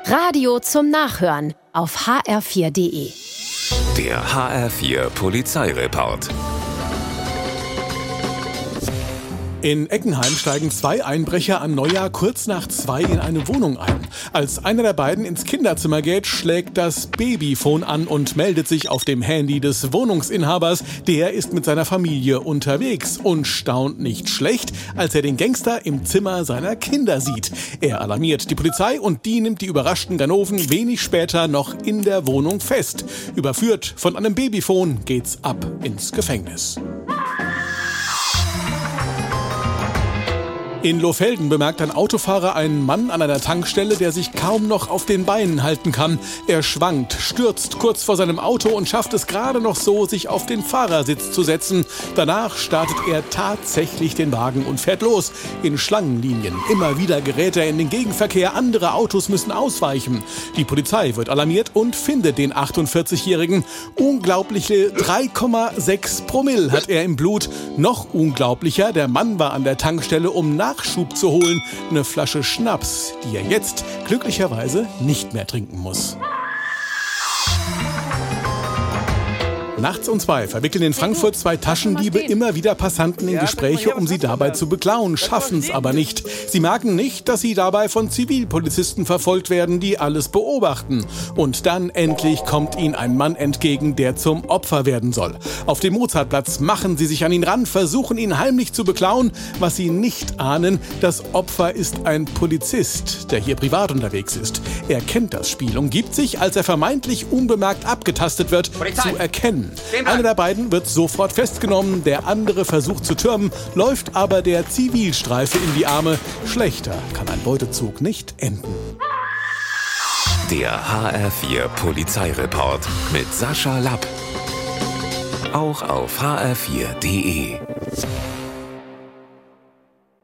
Radio zum Nachhören auf hr4.de. Der HR4 Polizeireport. In Eckenheim steigen 2 Einbrecher an Neujahr kurz nach 2 in eine Wohnung ein. Als einer der beiden ins Kinderzimmer geht, schlägt das Babyphone an und meldet sich auf dem Handy des Wohnungsinhabers. Der ist mit seiner Familie unterwegs und staunt nicht schlecht, als er den Gangster im Zimmer seiner Kinder sieht. Er alarmiert die Polizei und die nimmt die überraschten Ganoven wenig später noch in der Wohnung fest. Überführt von einem Babyphone geht's ab ins Gefängnis. In Lohfelden bemerkt ein Autofahrer einen Mann an einer Tankstelle, der sich kaum noch auf den Beinen halten kann. Er schwankt, stürzt kurz vor seinem Auto und schafft es gerade noch so, sich auf den Fahrersitz zu setzen. Danach startet er tatsächlich den Wagen und fährt los. In Schlangenlinien. Immer wieder gerät er in den Gegenverkehr. Andere Autos müssen ausweichen. Die Polizei wird alarmiert und findet den 48-Jährigen. Unglaubliche 3,6 Promille hat er im Blut. Noch unglaublicher, der Mann war an der Tankstelle, um Nachschub zu holen. Eine Flasche Schnaps, die er jetzt glücklicherweise nicht mehr trinken muss. Nachts um 2 verwickeln in Frankfurt 2 Taschendiebe immer wieder Passanten in Gespräche, um sie dabei zu beklauen, schaffen es aber nicht. Sie merken nicht, dass sie dabei von Zivilpolizisten verfolgt werden, die alles beobachten. Und dann endlich kommt ihnen ein Mann entgegen, der zum Opfer werden soll. Auf dem Mozartplatz machen sie sich an ihn ran, versuchen ihn heimlich zu beklauen. Was sie nicht ahnen, das Opfer ist ein Polizist, der hier privat unterwegs ist. Er kennt das Spiel und gibt sich, als er vermeintlich unbemerkt abgetastet wird, zu erkennen. Einer der beiden wird sofort festgenommen, der andere versucht zu türmen, läuft aber der Zivilstreife in die Arme. Schlechter kann ein Beutezug nicht enden. Der HR4 Polizeireport mit Sascha Lapp. Auch auf hr4.de.